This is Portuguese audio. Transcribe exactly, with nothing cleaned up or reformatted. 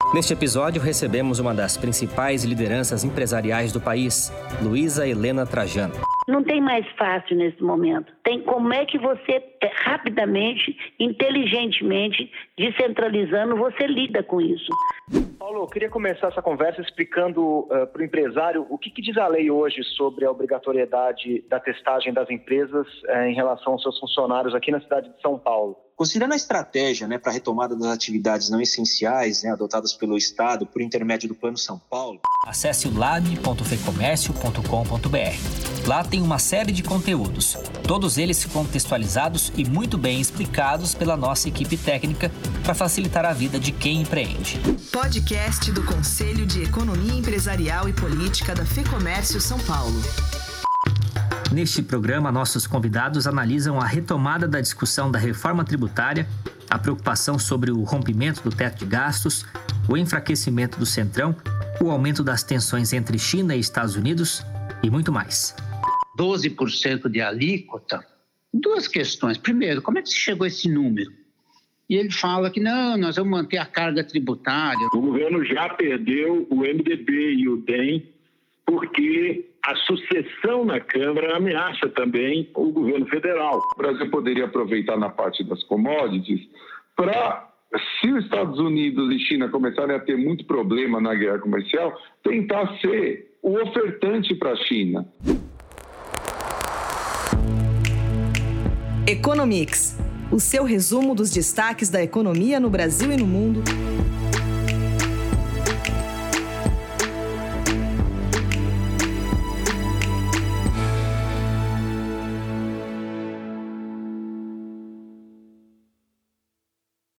Neste episódio, recebemos uma das principais lideranças empresariais do país, Luísa Helena Trajano. Não tem mais fácil nesse momento. Tem como é que você, rapidamente, inteligentemente, descentralizando, você lida com isso. Paulo, eu queria começar essa conversa explicando uh, para o empresário o que, que diz a lei hoje sobre a obrigatoriedade da testagem das empresas uh, em relação aos seus funcionários aqui na cidade de São Paulo. Considerando a estratégia, né, para a retomada das atividades não essenciais, né, adotadas pelo Estado por intermédio do Plano São Paulo, acesse o lab ponto fecomércio ponto com ponto br. Lá tem uma série de conteúdos, todos eles contextualizados e muito bem explicados pela nossa equipe técnica para facilitar a vida de quem empreende. Podcast do Conselho de Economia Empresarial e Política da Fecomércio São Paulo. Neste programa, nossos convidados analisam a retomada da discussão da reforma tributária, a preocupação sobre o rompimento do teto de gastos, o enfraquecimento do Centrão, o aumento das tensões entre China e Estados Unidos e muito mais. doze por cento de alíquota. Duas questões. Primeiro, como é que se chegou a esse número? E ele fala que não, nós vamos manter a carga tributária. O governo já perdeu o M D B e o D E M porque a sucessão na Câmara ameaça também o governo federal. O Brasil poderia aproveitar na parte das commodities para, se os Estados Unidos e China começarem a ter muito problema na guerra comercial, tentar ser o ofertante para a China. Economics, o seu resumo dos destaques da economia no Brasil e no mundo,